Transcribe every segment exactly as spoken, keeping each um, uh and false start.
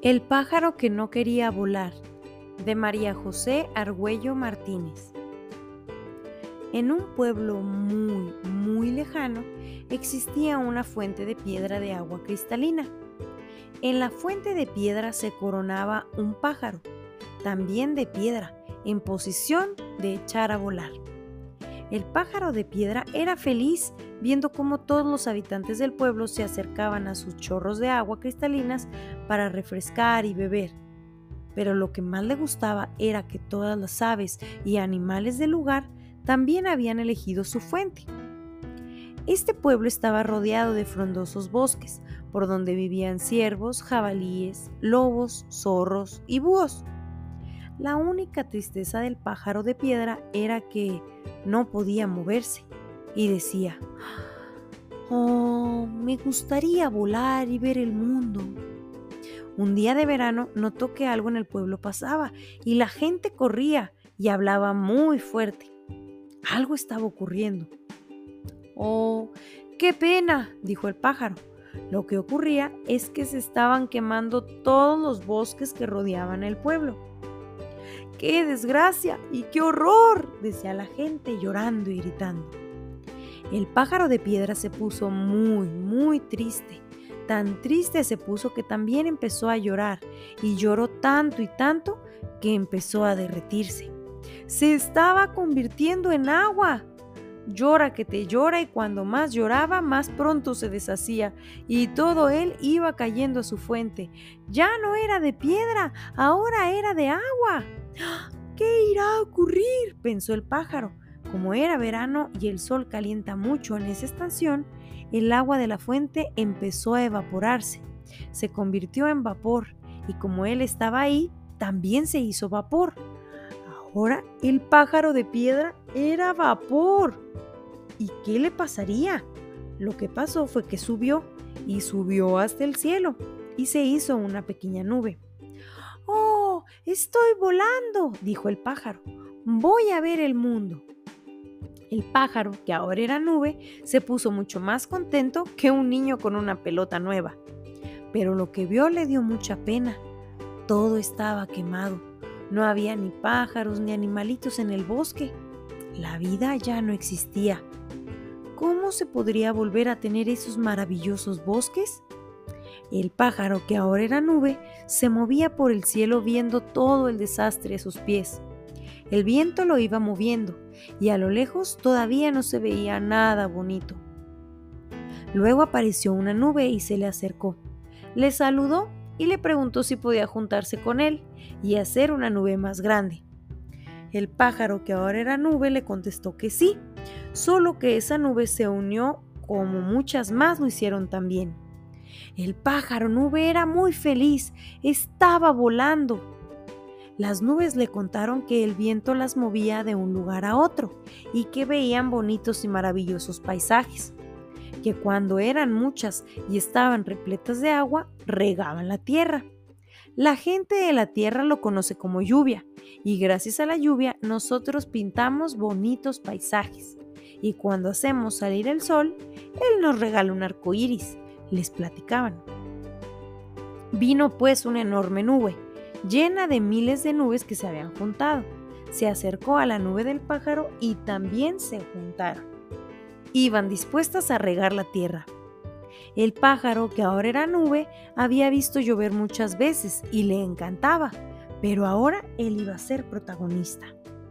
El pájaro que no quería volar, de María José Argüello Martínez. En un pueblo muy, muy lejano existía una fuente de piedra de agua cristalina. En la fuente de piedra se coronaba un pájaro, también de piedra, en posición de echar a volar. El pájaro de piedra era feliz viendo cómo todos los habitantes del pueblo se acercaban a sus chorros de agua cristalinas para refrescar y beber. Pero lo que más le gustaba era que todas las aves y animales del lugar también habían elegido su fuente. Este pueblo estaba rodeado de frondosos bosques, por donde vivían ciervos, jabalíes, lobos, zorros y búhos. La única tristeza del pájaro de piedra era que no podía moverse y decía: «Oh, me gustaría volar y ver el mundo». Un día de verano notó que algo en el pueblo pasaba y la gente corría y hablaba muy fuerte. Algo estaba ocurriendo. «Oh, qué pena», dijo el pájaro. Lo que ocurría es que se estaban quemando todos los bosques que rodeaban el pueblo. «¡Qué desgracia y qué horror!», decía la gente llorando y gritando. El pájaro de piedra se puso muy, muy triste. Tan triste se puso que también empezó a llorar y lloró tanto y tanto que empezó a derretirse. Se estaba convirtiendo en agua. Llora que te llora, y cuando más lloraba, más pronto se deshacía y todo él iba cayendo a su fuente. Ya no era de piedra, ahora era de agua. «¿Qué irá a ocurrir?», pensó el pájaro. Como era verano y el sol calienta mucho en esa estación, el agua de la fuente empezó a evaporarse. Se convirtió en vapor y como él estaba ahí, también se hizo vapor. Ahora el pájaro de piedra era vapor. ¿Y qué le pasaría? Lo que pasó fue que subió y subió hasta el cielo y se hizo una pequeña nube. «¡Oh, estoy volando!», dijo el pájaro. «Voy a ver el mundo». El pájaro, que ahora era nube, se puso mucho más contento que un niño con una pelota nueva. Pero lo que vio le dio mucha pena. Todo estaba quemado. No había ni pájaros ni animalitos en el bosque. La vida ya no existía. ¿Cómo se podría volver a tener esos maravillosos bosques? El pájaro, que ahora era nube, se movía por el cielo viendo todo el desastre a sus pies. El viento lo iba moviendo y a lo lejos todavía no se veía nada bonito. Luego apareció una nube y se le acercó. Le saludó y le preguntó si podía juntarse con él y hacer una nube más grande. El pájaro, que ahora era nube, le contestó que sí, solo que esa nube se unió como muchas más lo hicieron también. El pájaro nube era muy feliz, estaba volando. Las nubes le contaron que el viento las movía de un lugar a otro y que veían bonitos y maravillosos paisajes, que cuando eran muchas y estaban repletas de agua, regaban la tierra. La gente de la tierra lo conoce como lluvia y gracias a la lluvia nosotros pintamos bonitos paisajes y cuando hacemos salir el sol, él nos regala un arco iris, les platicaban. Vino pues una enorme nube, llena de miles de nubes que se habían juntado. Se acercó a la nube del pájaro y también se juntaron. Iban dispuestas a regar la tierra. El pájaro, que ahora era nube, había visto llover muchas veces y le encantaba, pero ahora él iba a ser protagonista.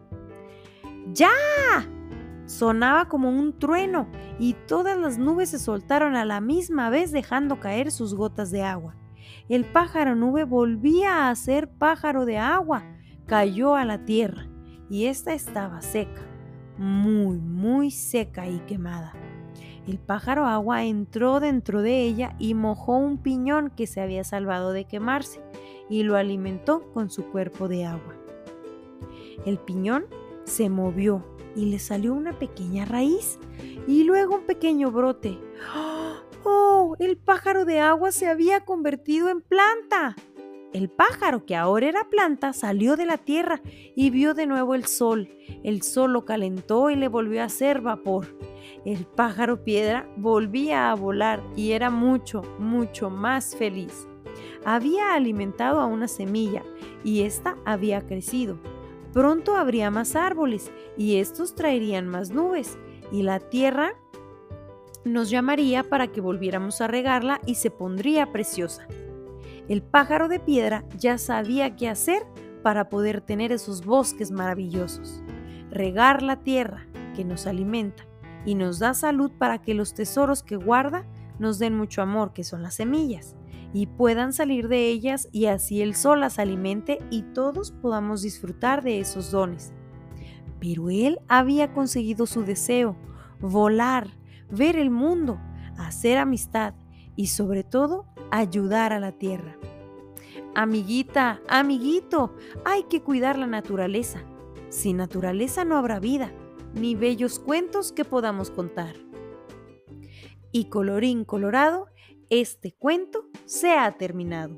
¡Ya!, sonaba como un trueno y todas las nubes se soltaron a la misma vez dejando caer sus gotas de agua. El pájaro nube volvía a ser pájaro de agua, cayó a la tierra y ésta estaba seca, muy, muy seca y quemada. El pájaro agua entró dentro de ella y mojó un piñón que se había salvado de quemarse y lo alimentó con su cuerpo de agua. El piñón se movió y le salió una pequeña raíz y luego un pequeño brote. ¡Oh! El pájaro de agua se había convertido en planta. El pájaro, que ahora era planta, salió de la tierra y vio de nuevo el sol. El sol lo calentó y le volvió a hacer vapor. El pájaro piedra volvía a volar y era mucho, mucho más feliz. Había alimentado a una semilla y ésta había crecido. Pronto habría más árboles y estos traerían más nubes y la tierra nos llamaría para que volviéramos a regarla y se pondría preciosa. El pájaro de piedra ya sabía qué hacer para poder tener esos bosques maravillosos. Regar la tierra que nos alimenta y nos da salud para que los tesoros que guarda nos den mucho amor, que son las semillas, y puedan salir de ellas y así el sol las alimente y todos podamos disfrutar de esos dones. Pero él había conseguido su deseo, volar, ver el mundo, hacer amistad y sobre todo ayudar a la tierra. Amiguita, amiguito, hay que cuidar la naturaleza. Sin naturaleza no habrá vida, ni bellos cuentos que podamos contar. Y colorín colorado, este cuento se ha terminado.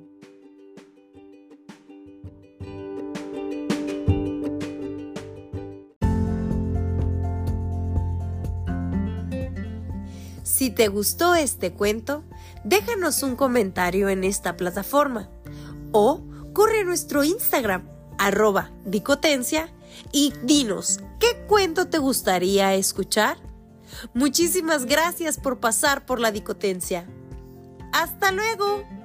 Si te gustó este cuento, déjanos un comentario en esta plataforma o corre a nuestro Instagram, arroba dicotencia, y dinos qué cuento te gustaría escuchar. Muchísimas gracias por pasar por la Dicotencia. ¡Hasta luego!